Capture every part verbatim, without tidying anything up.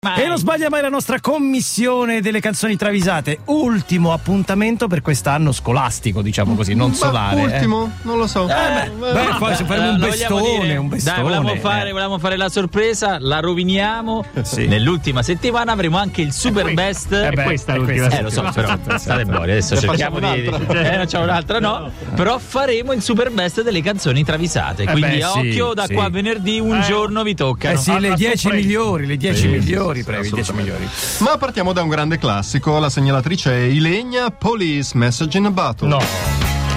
E non sbaglia mai la nostra commissione delle canzoni travisate. Ultimo appuntamento per quest'anno scolastico, diciamo così, non solare. Ma ultimo? Eh. Non lo so. Eh, beh, beh, poi se faremo un bestone, un bestone. Dai, volevamo fare, eh. volevamo fare la sorpresa, la roviniamo. Sì. Nell'ultima settimana avremo anche il super qui, best. eh beh, questa è l'ultima. Eh, lo so, però state buoni, adesso Ne cerchiamo di. Eh, non c'è un'altra, no. Però faremo il super best delle canzoni travisate. Quindi beh, occhio, sì, da sì. qua a venerdì un Eh. giorno vi toccano. Eh sì, le dieci migliori, le dieci Sì, migliori, sì, prego, i dieci migliori. Ma partiamo da un grande classico. La segnalatrice è Ilenia, Police Message in a Bottle. No.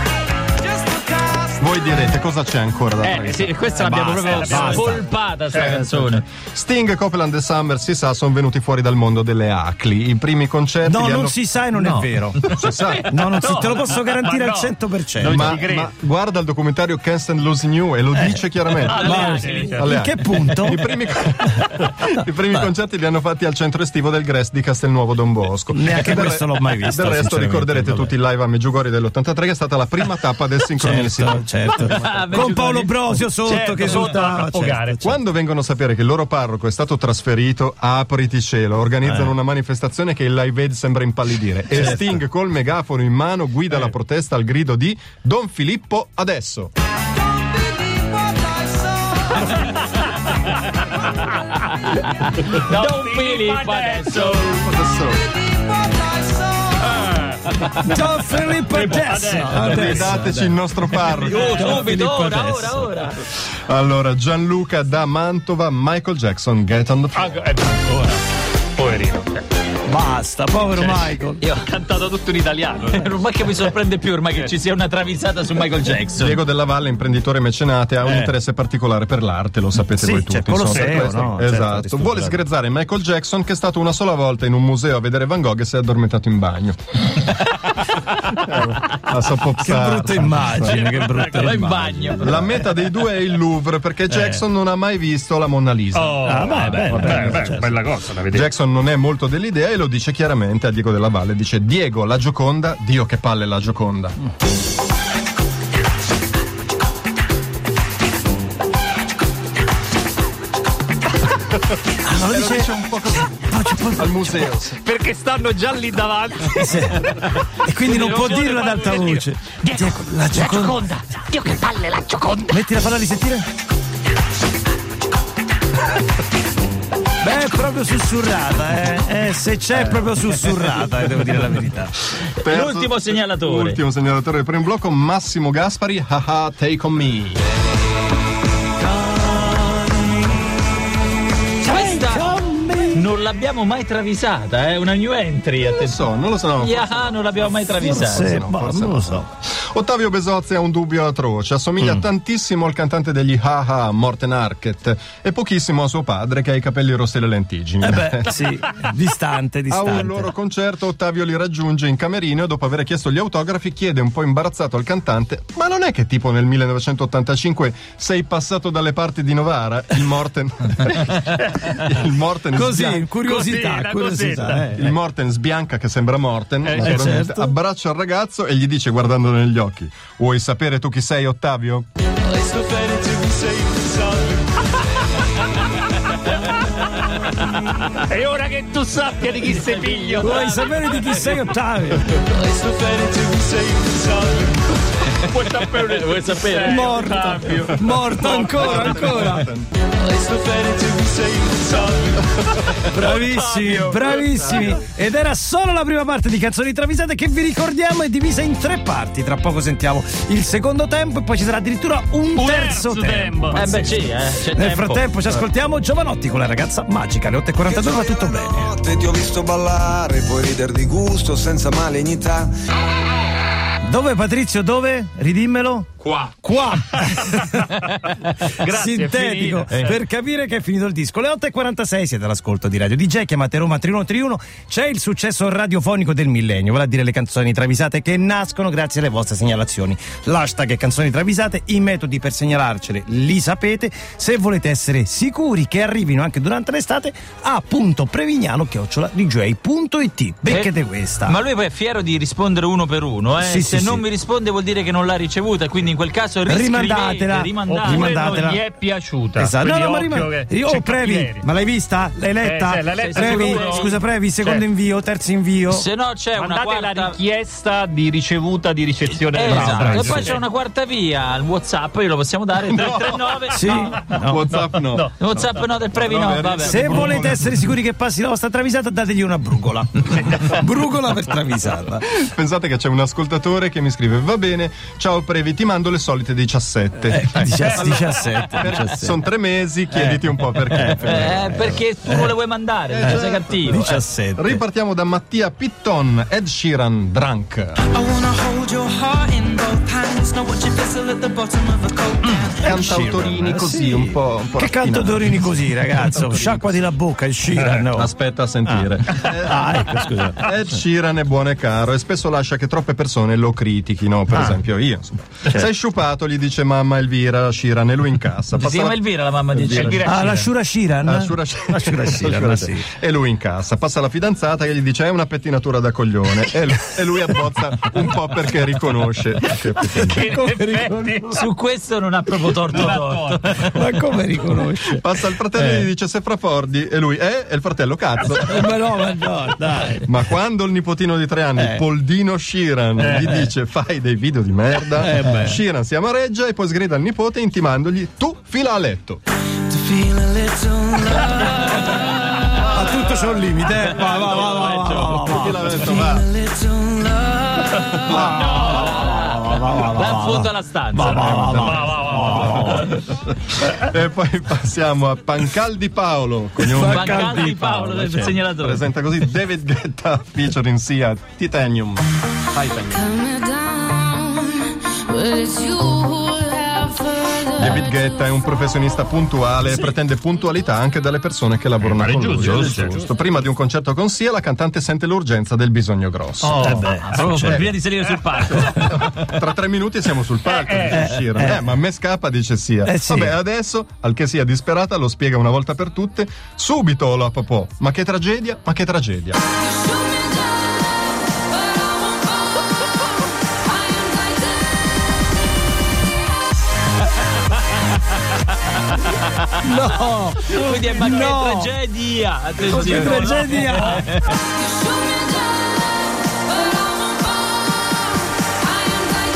Voi direte cosa c'è ancora da Eh fare? sì, questa l'abbiamo Basta, proprio basta. spolpata sta Eh, canzone. Sting, Copeland e Summer, si sa, sono venuti fuori dal mondo delle A C L I. I primi concerti No, li non hanno... si sa e non No. è vero. si sa. No, non si, te lo posso garantire ma al no. cento per cento. Non Ma, ci credo. ma guarda il documentario Can't Stand Losing You e lo dice chiaramente. Ah, Ma- le Acli, certo. Alle In A C L I. che punto? I primi, I primi concerti li hanno fatti al centro estivo del Gres di Castelnuovo Don Bosco. Neanche Del questo l'ho mai visto, Del resto sinceramente, ricorderete vabbè. tutti il live a Meggiugorje dell'ottantatré, che è stata la prima tappa del sincronicity. Certo, certo. Ah, Con Paolo Brosio sotto Certo, che sotto esultava, a affogare. certo, Quando vengono a sapere che il loro parroco è stato trasferito, apriti cielo, organizzano Eh. una manifestazione che il Live Aid sembra impallidire. E Sting col megafono in mano guida la protesta al grido di Don Filippo adesso. Don Filippo adesso. Adesso. Don Filippo adesso. Dateci il nostro parroco. Oh, Don subito, Filippo ora, adesso. ora, ora. Allora, Gianluca da Mantova, Michael Jackson, Get on the Ah, Floor. eh, ora. Poverino. Basta, povero Michael. Io Ho cantato tutto in italiano. ormai che mi sorprende più ormai che ci sia una travisata su Michael Jackson. Diego Della Valle, imprenditore mecenate, ha un Eh. interesse particolare per l'arte, lo sapete Sì, voi c'è tutti. Colosseo, insomma, questo- no? Certo, Esatto. disturbato. Vuole sgrezzare Michael Jackson, che è stato una sola volta in un museo a vedere Van Gogh e si è addormentato in bagno. La so Che brutta immagine, che brutta Va in immagine. bagno. La meta dei due è il Louvre, perché Jackson non ha mai visto la Monna Lisa. Oh, Ah, beh, beh, beh, beh, beh, certo. bella cosa da vedere. Jackson non è molto dell'idea e lo dice chiaramente a Diego Della Valle. Dice: Diego, la Gioconda, Dio che palle la Gioconda. Ah, non lo E lo dice dice un po' così No, c'è poi- al museo. Perché stanno già lì davanti. E quindi non può dirlo ad alta voce. Diego, la Gioconda. Dio che palle la Gioconda! Metti la parola di sentire. Beh, è proprio sussurrata, eh. eh se c'è, è proprio sussurrata, eh, devo dire la verità. Terzo- L'ultimo segnalatore. Ultimo segnalatore del primo blocco, Massimo Gaspari, haha, Take on Me. Questa non l'abbiamo mai travisata, è una new entry. Non lo Attenzione. so, non lo so. no, Yeah, non l'abbiamo mai travisata. Forse, no, boh, forse non no. lo so. Ottavio Besozzi ha un dubbio atroce, assomiglia tantissimo al cantante degli haha, Morten Harket, e pochissimo a suo padre che ha i capelli rossi e le lentiggini. Eh beh, sì, distante, A distante. un loro concerto Ottavio li raggiunge in camerino e dopo aver chiesto gli autografi chiede un po' imbarazzato al cantante: ma non è che tipo nel millenovecentottantacinque sei passato dalle parti di Novara? Il Morten il Morten Così, sbianca, curiosità, Così, una curiosità. cosetta. eh. il Morten sbianca che sembra Morten, Eh, naturalmente, certo. abbraccia il ragazzo e gli dice guardandolo negli occhi: vuoi sapere tu chi sei, Ottavio? E ora che tu sappia di chi sei figlio. Vuoi sapere di chi sei, Ottavio? Vuoi sapere? Vuoi sapere? Morto, Ottavio. morto ancora, ancora. Bravissimi, bravissimi. Ed era solo la prima parte di Canzoni Travisate, che vi ricordiamo è divisa in tre parti. Tra poco sentiamo il secondo tempo e poi ci sarà addirittura un, Un terzo, terzo tempo. tempo. Eh beh, sì, eh, c'è Nel tempo. frattempo ci ascoltiamo Giovanotti con la ragazza magica. Alle otto e quarantadue va tutto bene. Notte ti ho visto ballare, puoi ridere di gusto senza malignità. Dove Patrizio, dove? Ridimmelo. Qua. Qua. Grazie, Sintetico, è finito. per capire che è finito il disco. Le otto e quarantasei siete all'ascolto di Radio D J, chiamate Roma tre uno tre uno. C'è il successo radiofonico del millennio, vale a dire le canzoni travisate che nascono grazie alle vostre segnalazioni. L'hashtag è canzoni travisate, i metodi per segnalarcele li sapete. Se volete essere sicuri che arrivino anche durante l'estate, a punto prevignano chiocciola d j punto i t. Becchete questa. Ma lui poi è fiero di rispondere uno per uno, eh? Sì, Se sì, non sì. mi risponde vuol dire che non l'ha ricevuta, quindi in quel caso riscrivete, rimandatela, rimandate. rimandatela. Non gli è piaciuta. Esatto. No, no, ma, occhio rima- che oh, c'è Previ, cattiveria. ma l'hai vista? L'hai letta? Eh, sì, l'hai letta Previ, sicuro? scusa Previ, secondo Sì. invio, terzo invio. Se no c'è una Mandate quarta la richiesta di ricevuta di ricezione Eh, del esatto. bravo. E poi c'è una quarta via al WhatsApp, io lo possiamo dare tre tre nove. Sì. No. WhatsApp no. no. WhatsApp no, del Previ no, No, vabbè. Se volete essere sicuri che passi la vostra travisata, dategli una brugola. Brugola per travisata. Pensate che c'è un ascoltatore che mi scrive: va bene, ciao Previ, ti mando le solite diciassette. Eh, diciassette. Sono tre mesi, chiediti un po' perché. Eh, perché tu non le vuoi mandare, perché sei cattivo. diciassette. Ripartiamo da Mattia Pitton, Ed Sheeran, Drunk. I wanna hold your heart in both hands. Know what you whistle at the bottom of a coke can. Cantautorini così, un po', un po' Che raffinati. cantautorini così, ragazzo? Sciacquati la bocca, il Sheeran. No. Aspetta a sentire. Ah, ecco, scusa. Ed Sheeran è buono e caro e spesso lascia che troppe persone lo critichino. Per Ah. esempio io, insomma. Sei sciupato, gli dice mamma Elvira Sheeran e lui incassa. Si Passa chiama la- Elvira la mamma di Elvira. Ah, la Shura Sheeran? La Shura Sheeran. La Shura Sheeran, La ma Shura sì. E lui incassa. Passa la fidanzata che gli dice è una pettinatura da coglione e lui, e lui abbozza un po' perché riconosce che Che in effetti- Su questo non ha proprio torto torto. Ma come riconosce? passa il fratello e gli dice sei frafordi e lui eh? E il fratello cazzo. Eh, ma no, ma no, dai. Ma quando il nipotino di tre anni, Eh. Poldino Sheeran, gli dice fai dei video di merda, Eh, beh. Sheeran si amareggia e poi sgrida al nipote intimandogli tu fila a letto. To feel a little love. A tutto c'è un limite, eh. Va, va, va, va, va, va, Fila a va. letto, va. A little love. Va, va, va, va, Va in va. fondo alla stanza. Va, va, va, va. E poi passiamo a Pancaldi Paolo, cognome Pancaldi di Paolo del segnalatore. presenta così David Guetta featuring Sia Titanium. Titanium. Coming down, but it's you who have further. David Guetta è un professionista puntuale e pretende puntualità anche dalle persone che lavorano Eh, con ma è lui. giusto, È giusto. Prima di un concerto con Sia, la cantante sente l'urgenza del bisogno grosso. Oh, Eh beh, proprio succede. prima di salire sul palco. Tra tre minuti siamo sul palco, dice Sheeran. Eh, ma a me scappa, dice Sia. Eh, sì. Vabbè, adesso, al che sia disperata, lo spiega una volta per tutte. Subito la popò. Ma che tragedia, ma che tragedia. Shoot me down, but I won't fall. I am Titanium. No, Quindi è ma che No. tragedia. che Attenzione. tragedia. You shoot me down, but I won't fall. I am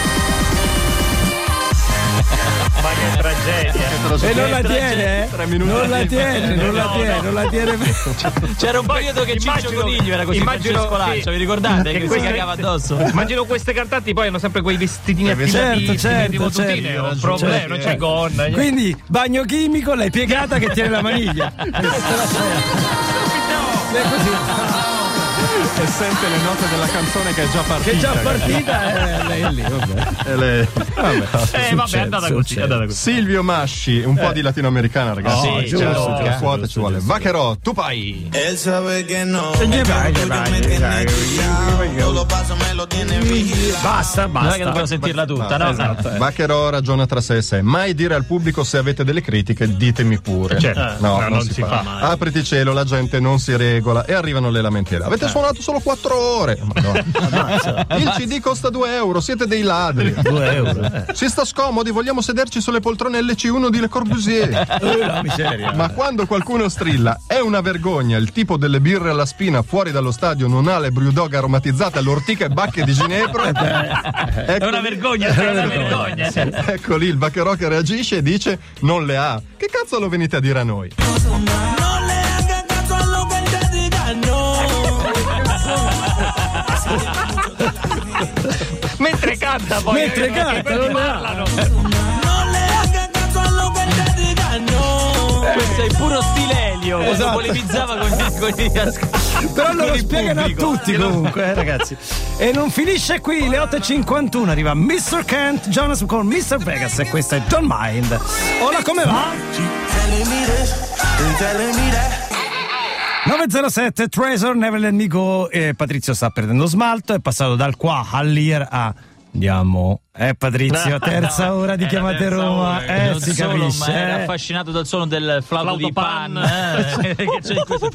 Titanium. Ma che tragedia. E non la tiene, eh? Tre minuti Non la di- tiene, non la No, tiene, no. non la tiene. C'era un periodo che Ciccio Immagino- Coniglio era così immagino- Francesco Lancia, sì. vi ricordate? Che Che si queste- cagava addosso. Immagino queste cantanti poi hanno sempre quei vestitini Eh, attivati, certo, certo, di mattutine, certo. è un problema, Certo. non c'è gonna. Quindi, bagno chimico, lei piegata che tiene la maniglia. Lei così, E sente le note della canzone che è già partita. che è già partita, eh, lei è lì, vabbè. E le- Eh vabbè, è Succede, andata così, succede. è andata così. Silvio Masci, un po' di latinoamericana, ragazzi. Oh, Ci giusto, vuole, ci giusto, vuole, giusto, ci vuole. giusto. Vacherò, tu pai. Él sabe que no. vai, Tuyo vai, me vai, tiene vai. pillado. Todo lo paso me lo tiene vigilado. Basta, Non è che basta. dobbiamo sentirla tutta, no? Esatto. eh. Vacherò ragiona tra sé e sé. Mai dire al pubblico se avete delle critiche, ditemi pure. Certo. No, No, non, si, fa. Apriti cielo, la gente non si regola e arrivano le lamentele. Avete suonato solo quattro ore. Madonna. Il C D costa due euro, siete dei ladri. Due euro. Eh. Si sta scomodi, vogliamo sederci sulle poltrone L C uno di Le Corbusier. Eh, la miseria. Ma quando qualcuno strilla è una vergogna, il tipo delle birre alla spina fuori dallo stadio non ha le brewdog aromatizzate all'ortica e bacche di ginepro. È ecco, una vergogna, è una vergogna. ecco lì il Vacherò che reagisce e dice non le ha. Che cazzo lo venite a dire a noi? No le hagas caso a lo que él te diga, no. Mentre canta poi. Mentre eh, canta, perché quelli non le ha. parlano. No le hagas caso a lo que él te diga, no. Questo è il puro stile Elio, quando Esatto. polemizzava con gli, con gli ascoltatori. Però lo con il spiegano a pubblico. tutti comunque, eh, ragazzi. E non finisce qui, le otto e cinquantuno arriva mister Kent Jonas con mister Vegas e questa è Don't Mind. Ora come va? Telling me this and telling me that. nove zero sette Treasure, Never Let Me Go. E Patrizio sta perdendo smalto, è passato dal qua all'Ier a andiamo Eh Patrizio, terza ora di Eh, Chiamate terza Roma, ora, eh non si solo, capisce. ma era eh. affascinato dal suono del flauto, Flauto di pan, pan. eh, che c'è in questo-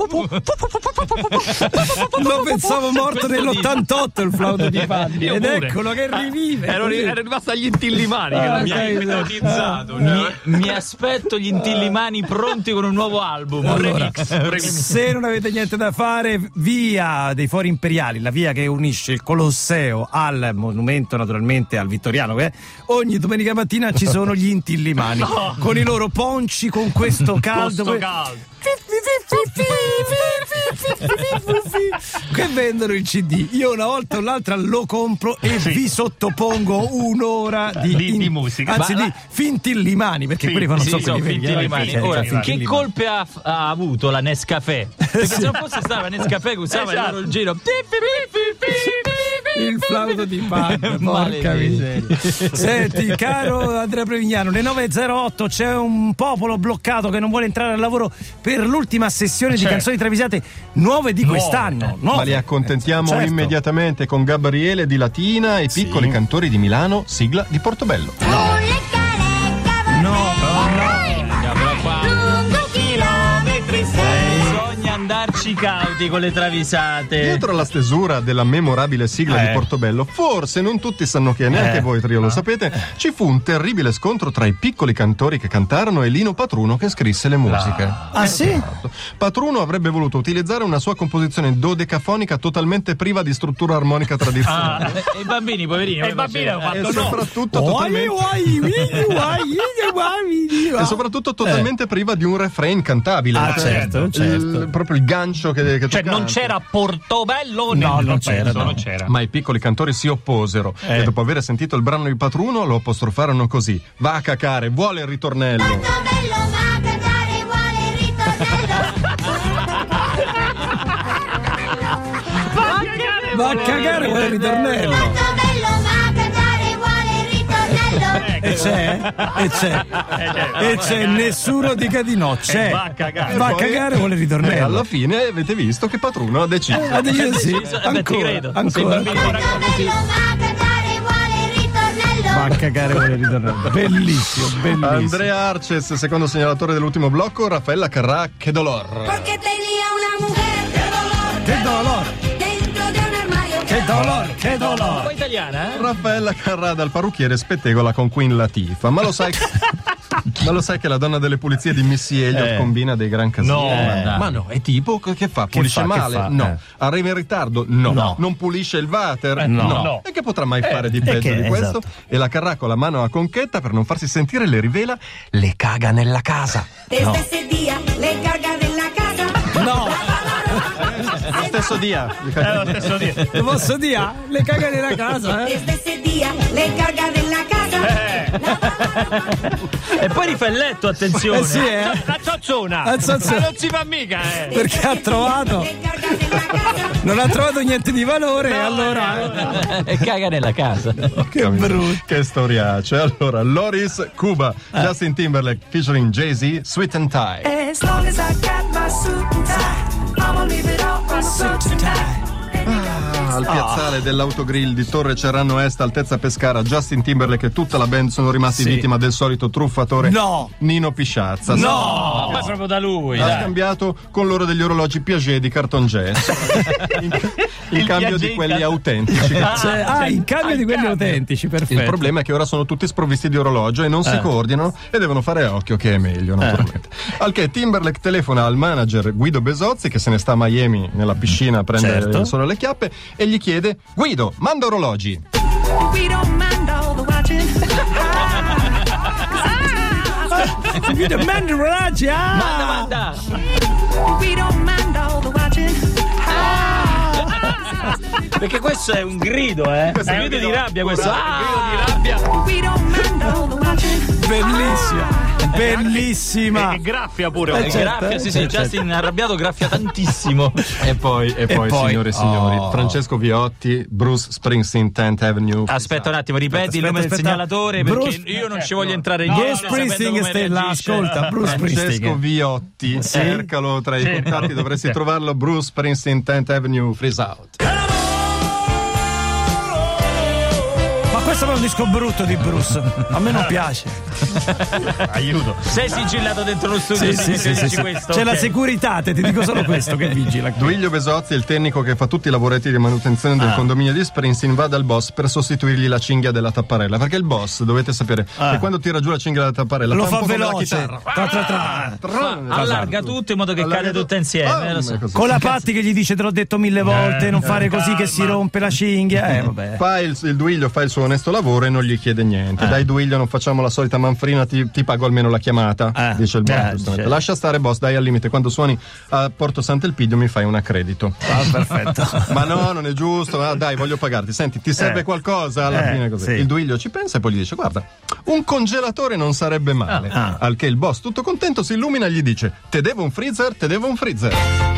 Lo pensavo morto Questo nell'ottantotto il flauto di Panni Io ed pure. eccolo che rivive. Ero, così. ero rimasto agli intillimani. che Ah, non mi hai ok. ipnotizzato. mi, mi aspetto gli intillimani pronti con un nuovo album. Un Allora, remix. Un remix. se non avete niente da fare, via dei Fori Imperiali, la via che unisce il Colosseo al monumento, naturalmente al Vittoriano, che è, ogni domenica mattina ci sono gli intillimani con i loro ponci, con questo caldo, Questo que- caldo. che vendono il C D. Io una volta o l'altra lo compro e Sì. vi sottopongo un'ora di, Di- di musica. anzi Ma- di fintillimani, perché Sì, quelli fanno Sì, so sono quelli veri, fintillimani. eh, perché Ora, c'è che fintillimani. colpe ha, ha avuto la Nescafè? Perché se non fosse stata la Nescafè che usava Esatto. il loro giro il flauto di Pan, porca Male miseria. miseria. Senti, caro Andrea Prevignano, alle nove e zero otto c'è un popolo bloccato che non vuole entrare al lavoro per l'ultima sessione di Certo. canzoni travisate nuove di Nuove. quest'anno. Ma Nuove. li accontentiamo Certo. immediatamente con Gabriele di Latina e Sì. Piccoli Cantori di Milano, sigla di Portobello. No, Bisogna andarci cauti con le travisate. Dietro la stesura della memorabile sigla Eh. di Portobello, forse non tutti sanno che, neanche Eh. voi trio lo sapete, ci fu un terribile scontro tra i piccoli cantori che cantarono e Lino Patruno che scrisse le musiche. Ah sì? Patruno avrebbe voluto utilizzare una sua composizione dodecafonica totalmente priva di struttura armonica tradizionale. E i bambini, poverini. E come i bambini facevano? hanno E fatto no. soprattutto Oi, totalmente, oi, oi, oi, oi, e soprattutto totalmente priva di un refrain cantabile. Ah, Cioè, certo, il- certo. proprio il gancio che, che tu Cioè, non canti. c'era Portobello? No, nel non c'era, pezzo, no. non c'era. Ma i piccoli cantori si opposero Eh. e dopo aver sentito il brano di Patruno lo apostrofarono così: va a cacare, vuole il ritornello. Va a cagare vuole il ritornello. E c'è? E c'è? E c'è, nessuno dica di no, c'è. Va a cagare. Va a E poi- cagare vuole il E ritornello. alla fine avete visto che Patruno ha deciso. Ha deciso sì, Eh, beh, ti ancora, credo. Se i ancora. bambini ancora così. Va a cagare vuole il ritornello. Bellissimo, bellissimo. Andrea Arces, secondo segnalatore dell'ultimo blocco, Raffaella Carrà, che dolor. Porque tenía una mujer Che dolore, dentro de un armario. che dolore, che Un po' dolore. italiana, eh? Raffaella Carrà dal parrucchiere spettegola con Queen Latifah. Ma lo sai Ma lo sai che la donna delle pulizie di Missy Elliott Eh. combina dei gran casini? No. ma, dai. ma no, è tipo che fa? Pulisce fa, che male? fa? No. Eh. Arriva in ritardo? No. No. Non pulisce il water? no. No. E che potrà mai fare di peggio che- di questo? esatto. E la Carrà con la mano a conchetta per non farsi sentire le rivela: le caga nella casa. Desde ese día le carga de la casa. No, Lo stesso dia. È lo stesso dire. lo posso dire? Le caga nella casa, eh? Desde ese día le carga de la casa. E poi rifà il letto, attenzione. Eh sì, eh? La ciozzona. La ciozzona. Ma non si fa mica, eh. Perché ha trovato, Le carga de la casa. non ha trovato niente di valore, e allora... eh. E caga nella casa. Che brutto. Che storiaccia. Allora, Loris Cuba, Justin Timberlake featuring Jay-Z, Sweet and Tie. As long as I got my suit and tie, I'ma leave it all on the floor tonight. Ah, al piazzale dell'autogrill di Torre Cerrano Est, altezza Pescara, Justin Timberlake e tutta la band sono rimasti Sì. vittima del solito truffatore No. Nino Pisciazza. No, ma proprio da lui. Ha dai. scambiato con loro degli orologi Piaget di carton jazz in, in Il cambio Piaget di quelli in- autentici. Cioè, ah, in cambio di quelli autentici, perfetto. Il problema è che ora sono tutti sprovvisti di orologio e non si Eh. coordinano e devono fare occhio, che è meglio naturalmente. Al che Timberlake telefona al manager Guido Besozzi, che se ne sta a Miami nella piscina a prendere Certo. il sole alle chiappe, e gli chiede: Guido, manda orologi. We don't mind all the watching. Mi domando orologi, ah! Manda, manda. We don't mind all the watching. Perché questo è un grido, eh? Questo È è un un grido di grido. rabbia, questo. Un grido Ah! di rabbia. We don't mind all the watching. Bellissima, bellissima. E graffia pure. Eh, E certo, graffia, sì, sì, certo. Justin arrabbiato graffia tantissimo. E poi, e poi, poi- signore e signori, Oh. Francesco Viotti, Bruce Springsteen, tenth Avenue. Aspetta un attimo, ripeti Aspetta, il nome del aspetta. segnalatore perché Bruce- io non ci voglio entrare in Bruce niente sapendo Springsteen come Stella, reagisce. ascolta, Bruce Francesco Springsteen. Viotti, Sì. cercalo tra i Sì, contatti, no. dovresti Sì. trovarlo. Bruce Springsteen, tenth Avenue, Freeze Out. Ma questo è un disco brutto di Bruce. A me non piace. Aiuto. Sei sigillato dentro lo studio. Sì, sì, sì, sì, sì. Questo, C'è la ok. Securitate, ti dico solo questo che vigila. Duilio Besozzi, il tecnico che fa tutti i lavoretti di manutenzione del Ah. condominio di Springsteen, va dal boss per sostituirgli la cinghia della tapparella. Perché il boss, dovete sapere, Ah. che quando tira giù la cinghia della tapparella Lo un fa po' come la veloce. chitarra. Tra, tra, tra. Trrr, Allarga esatto. tutto in modo che Allarga cade tutto. tutta insieme. Ah, lo so. così. Con la Patti che gli dice te l'ho detto mille volte, non fare così che si rompe la cinghia. Eh, vabbè. Fa il, il Duilio fa il suo onesto lavoro e non gli chiede niente. Dai Duilio, non facciamo la solita manfrina, ti, ti pago almeno la chiamata, Ah. dice il boss. Ah, giustamente. certo. Lascia stare boss, dai, al limite, quando suoni a Porto Sant'Elpidio mi fai un accredito. Ah, perfetto. Ma no, non è giusto, ah, dai, voglio pagarti. Senti, ti serve Eh. qualcosa? Alla Eh, fine così. sì. Il Duilio ci pensa e poi gli dice: guarda, un congelatore non sarebbe male. Ah. Al che il boss, tutto contento, si illumina e gli dice: te devo un freezer, te devo un freezer.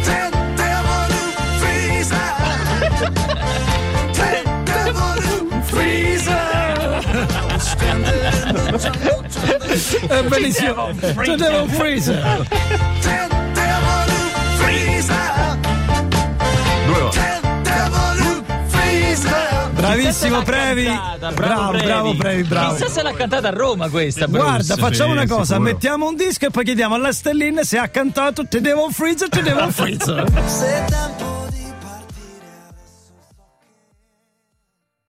È bellissimo. Tu devo un freezer. Due volte. Bravissimo Previ. Cantata, Bravo, bravo Previ, bravo. Chissà se l'ha cantata a Roma questa, Bruce. Guarda, facciamo Sì, una cosa, sicuro. mettiamo un disco e poi chiediamo alla Stellina se ha cantato te devo un freezer, te devo un freezer. Se dammi